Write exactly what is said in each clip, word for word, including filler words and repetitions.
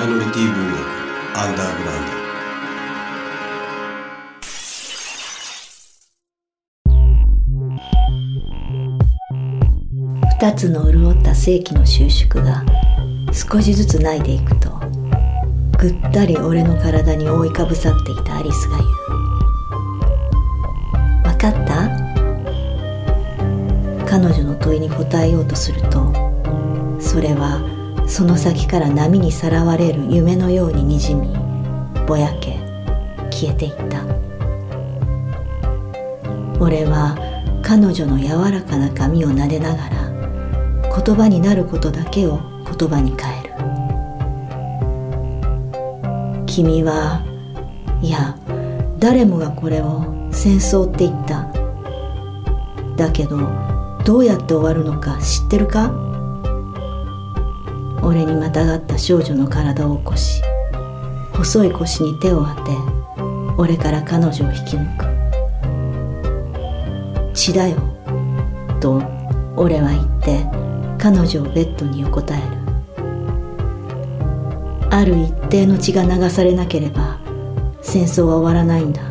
マイノリティ文学アンダーグラウンド。二つの潤った世紀の収縮が少しずつ泣いていくと、ぐったり俺の体に覆いかぶさっていたアリスが言う。わかった？彼女の問いに答えようとすると、それはその先から波にさらわれる夢のようににじみ、ぼやけ消えていった。俺は彼女の柔らかな髪を撫でながら、言葉になることだけを言葉に変える。君は、いや、誰もがこれを戦争って言った。だけど、どうやって終わるのか知ってるか？俺にまたがった少女の体を起こし、細い腰に手を当て、俺から彼女を引き抜く。血だよ、と俺は言って、彼女をベッドに横たえる。ある一定の血が流されなければ、戦争は終わらないんだ。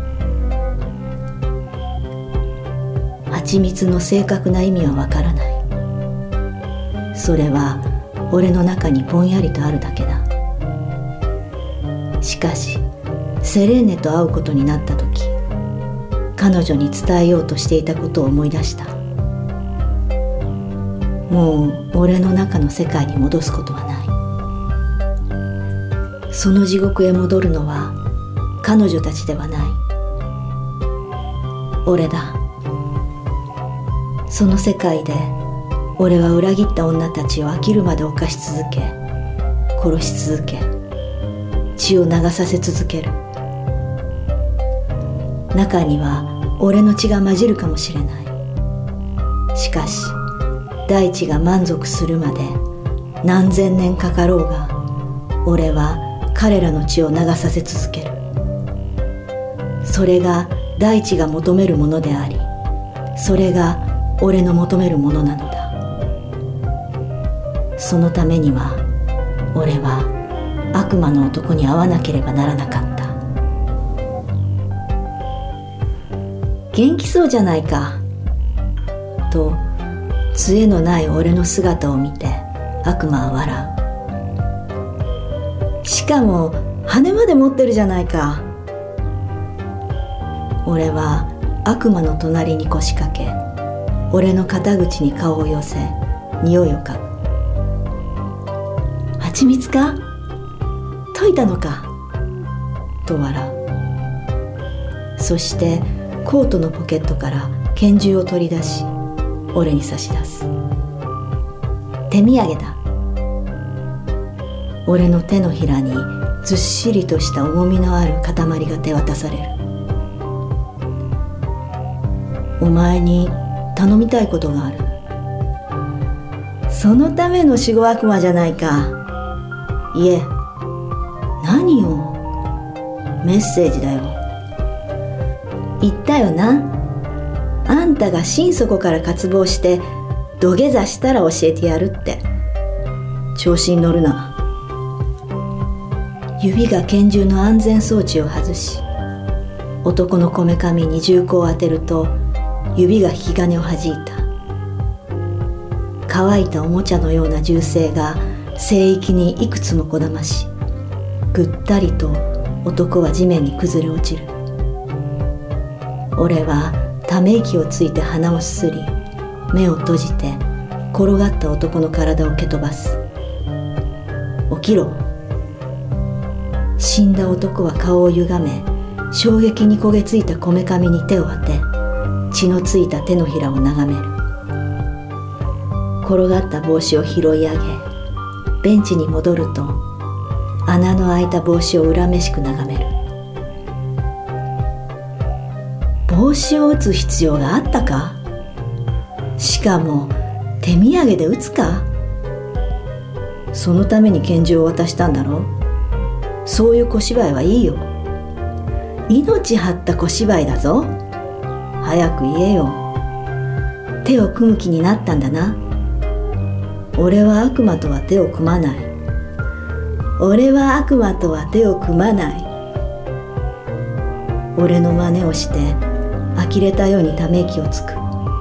蜂蜜の正確な意味はわからない。それは俺の中にぼんやりとあるだけだ。しかしセレーネと会うことになったとき、彼女に伝えようとしていたことを思い出した。もう俺の中の世界に戻すことはない。その地獄へ戻るのは彼女たちではない。俺だ。その世界で俺は裏切った女たちを飽きるまで犯し続け、殺し続け、血を流させ続ける。中には俺の血が混じるかもしれない。しかし大地が満足するまで何千年かかろうが、俺は彼らの血を流させ続ける。それが大地が求めるものであり、それが俺の求めるものなのだ。そのためには俺は悪魔の男に会わなければならなかった。元気そうじゃないか、と杖のない俺の姿を見て悪魔は笑う。しかも羽まで持ってるじゃないか。俺は悪魔の隣に腰掛け、俺の肩口に顔を寄せ、匂いを嗅ぐ。蜂蜜か？解いたのか？と笑う。そしてコートのポケットから拳銃を取り出し、俺に差し出す。手土産だ。俺の手のひらにずっしりとした重みのある塊が手渡される。お前に頼みたいことがある。そのための守護悪魔じゃないか。いえ、何よ。メッセージだよ。言ったよな。あんたが心底から渇望して土下座したら教えてやるって。調子に乗るな。指が拳銃の安全装置を外し、男のこめかみに銃口を当てると、指が引き金を弾いた。乾いたおもちゃのような銃声が聖域にいくつもこだまし、ぐったりと男は地面に崩れ落ちる。俺はため息をついて鼻をすすり、目を閉じて転がった男の体を蹴飛ばす。起きろ。死んだ男は顔を歪め、衝撃に焦げついたこめかみに手を当て、血のついた手のひらを眺める。転がった帽子を拾い上げ、ベンチに戻ると、穴の開いた帽子を恨めしく眺める。帽子を打つ必要があったか？しかも手土産で打つか？そのために拳銃を渡したんだろう。そういう小芝居はいいよ。命張った小芝居だぞ。早く言えよ。手を組む気になったんだな。俺は悪魔とは手を組まない。 俺は悪魔とは手を組まない。俺の真似をして呆れたようにため息をつく。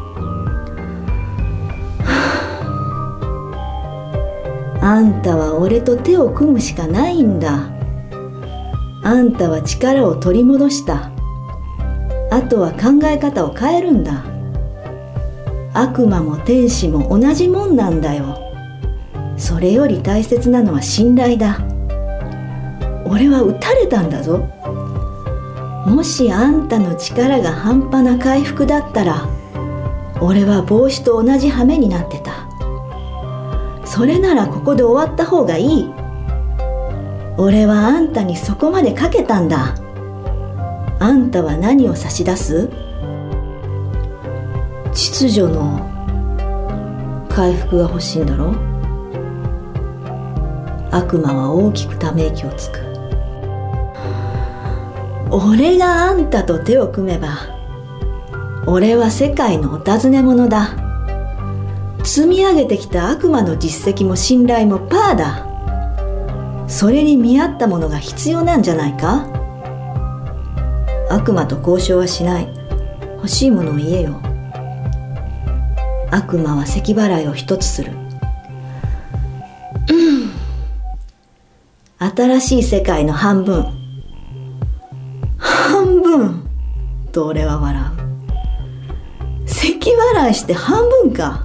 あんたは俺と手を組むしかないんだ。あんたは力を取り戻した。あとは考え方を変えるんだ。悪魔も天使も同じもんなんだよ。それより大切なのは信頼だ。俺は撃たれたんだぞ。もしあんたの力が半端な回復だったら、俺は帽子と同じ羽目になってた。それならここで終わった方がいい。俺はあんたにそこまでかけたんだ。あんたは何を差し出す？秩序の回復が欲しいんだろ？悪魔は大きくため息をつく。俺があんたと手を組めば、俺は世界のお尋ね者だ。積み上げてきた悪魔の実績も信頼もパーだ。それに見合ったものが必要なんじゃないか？悪魔と交渉はしない。欲しいものを言えよ。悪魔は咳払いを一つする。うん、新しい世界の半分。半分と俺は笑う。咳払いして半分か。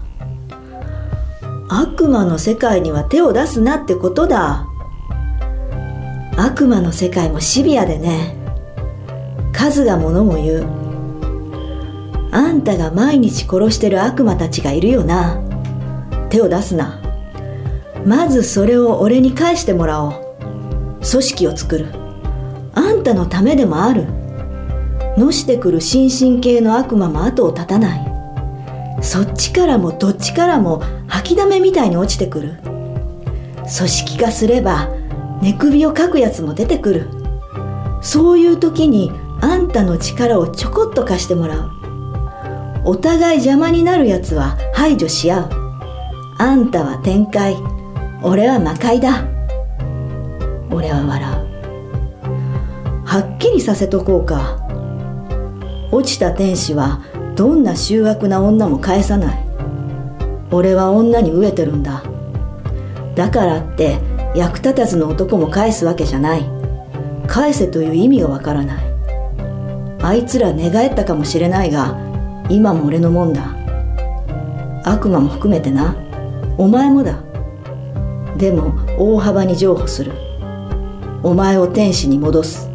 悪魔の世界には手を出すなってことだ。悪魔の世界もシビアでね。数がものも言う。あんたが毎日殺してる悪魔たちがいるよな。手を出すな。まずそれを俺に返してもらおう。組織を作る。あんたのためでもある。のしてくる新進系の悪魔も後を絶たない。そっちからもどっちからも吐きだめみたいに落ちてくる。組織化すれば寝首をかくやつも出てくる。そういう時にあんたの力をちょこっと貸してもらう。お互い邪魔になるやつは排除し合う。あんたは天界、俺は魔界だ。俺は笑う。はっきりさせとこうか。落ちた天使はどんな醜悪な女も返さない。俺は女に飢えてるんだ。だからって役立たずの男も返すわけじゃない。返せという意味がわからない。あいつら寝返ったかもしれないが、今も俺のもんだ。悪魔も含めてな。お前もだ。でも大幅に譲歩する。お前を天使に戻す。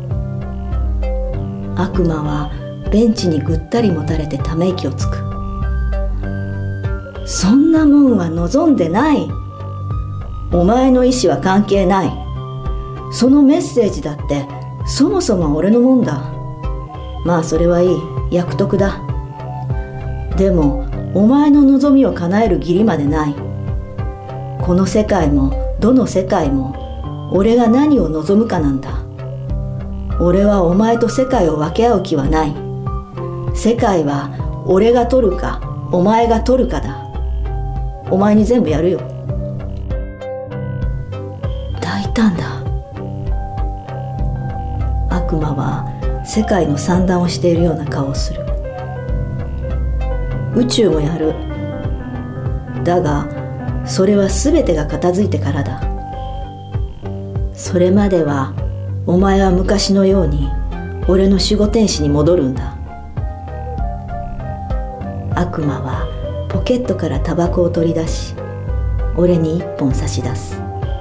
悪魔はベンチにぐったりもたれてため息をつく。そんなもんは望んでない。お前の意志は関係ない。そのメッセージだってそもそも俺のもんだ。まあそれはいい。役得だ。でもお前の望みを叶える義理までない。この世界もどの世界も俺が何を望むかなんだ。俺はお前と世界を分け合う気はない。世界は俺が取るかお前が取るかだ。お前に全部やるよ。大胆だ。悪魔は世界の算段をしているような顔をする。宇宙もやる。だがそれは全てが片付いてからだ。それまではお前は昔のように俺の守護天使に戻るんだ。悪魔はポケットからタバコを取り出し、俺に一本差し出す。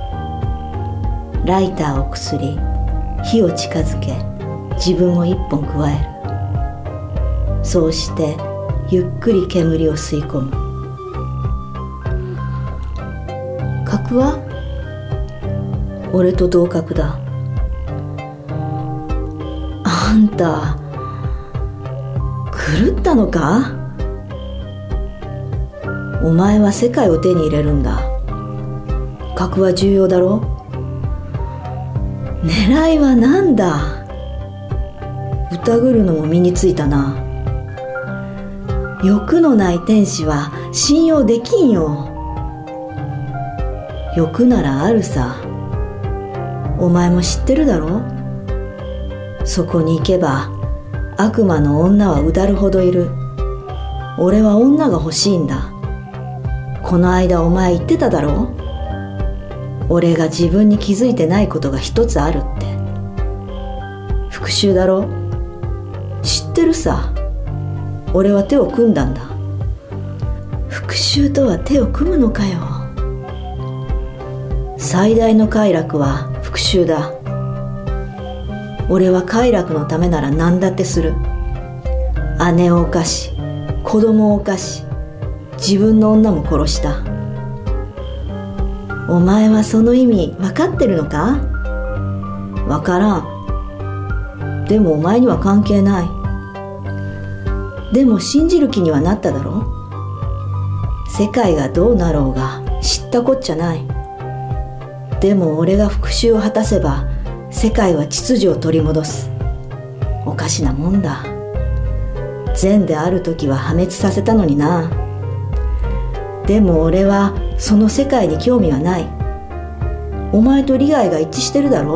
ライターをくすり、火を近づけ、自分を一本加える。そうしてゆっくり煙を吸い込む。格は俺と同格だ。あんた狂ったのか？お前は世界を手に入れるんだ。格は重要だろ？狙いは何だ？疑るのも身についたな。欲のない天使は信用できんよ。欲ならあるさ。 お前も知ってるだろ。そこに行けば悪魔の女はうだるほどいる。俺は女が欲しいんだ。この間お前言ってただろ。俺が自分に気づいてないことが一つあるって。復讐だろ。知ってるさ。俺は手を組んだんだ。復讐とは手を組むのかよ。最大の快楽は復讐だ。俺は快楽のためなら何だってする。姉を犯し、子供を犯し、自分の女も殺した。お前はその意味分かってるのか？分からん。でもお前には関係ない。でも信じる気にはなっただろ。世界がどうなろうが知ったこっちゃない。でも俺が復讐を果たせば世界は秩序を取り戻す。おかしなもんだ。善である時は破滅させたのにな。でも俺はその世界に興味はない。お前と利害が一致してるだろ。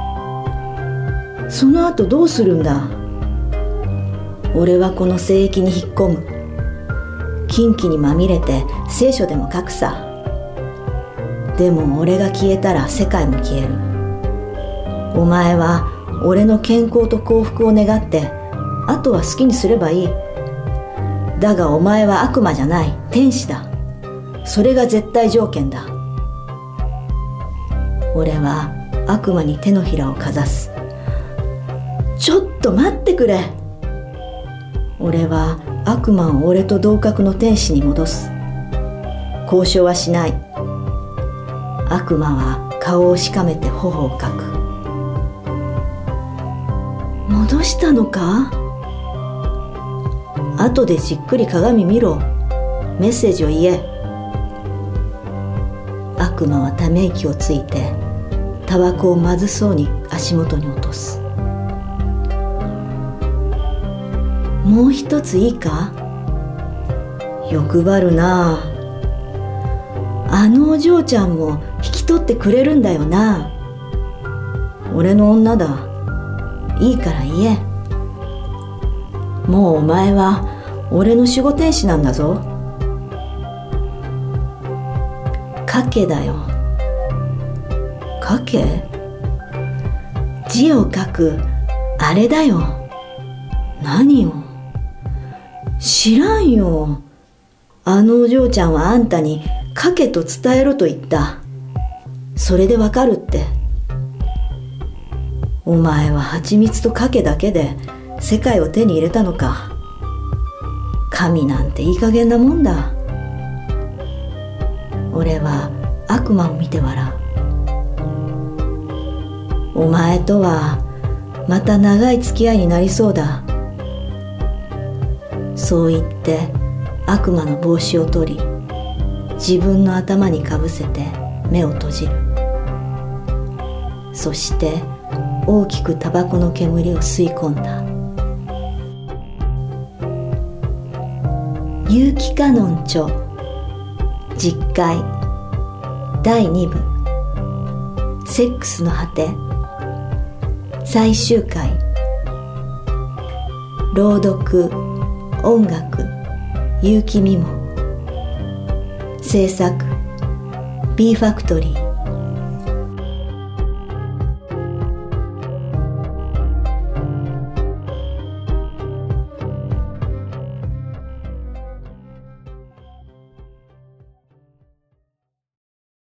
その後どうするんだ。俺はこの聖域に引っ込む。禁忌にまみれて聖書でも書くさ。でも俺が消えたら世界も消える。お前は俺の健康と幸福を願ってあとは好きにすればいい。だがお前は悪魔じゃない、天使だ。それが絶対条件だ。俺は悪魔に手のひらをかざす。ちょっと待ってくれ。俺は悪魔を俺と同格の天使に戻す。交渉はしない。悪魔は顔をしかめて頬をかく。戻したのか？後でじっくり鏡見ろ。メッセージを言え。悪魔はため息をついてタバコをまずそうに足元に落とす。もう一ついいか？欲張るな。あのお嬢ちゃんも引き取ってくれるんだよな。俺の女だ。いいから言え。もうお前は俺の守護天使なんだぞ。賭けだよ。賭け？字を書くあれだよ。何よ。知らんよ。あのお嬢ちゃんはあんたに賭けと伝えろと言った。それでわかるって。お前は蜂蜜と賭けだけで世界を手に入れたのか。神なんていい加減なもんだ。俺は悪魔を見て笑う。お前とはまた長い付き合いになりそうだ。そう言って悪魔の帽子を取り、自分の頭にかぶせて目を閉じる。そして大きくタバコの煙を吸い込んだ。有機カノン著実会だいにぶセックスの果て最終回。朗読音楽結城美萌。制作 B ファクトリー。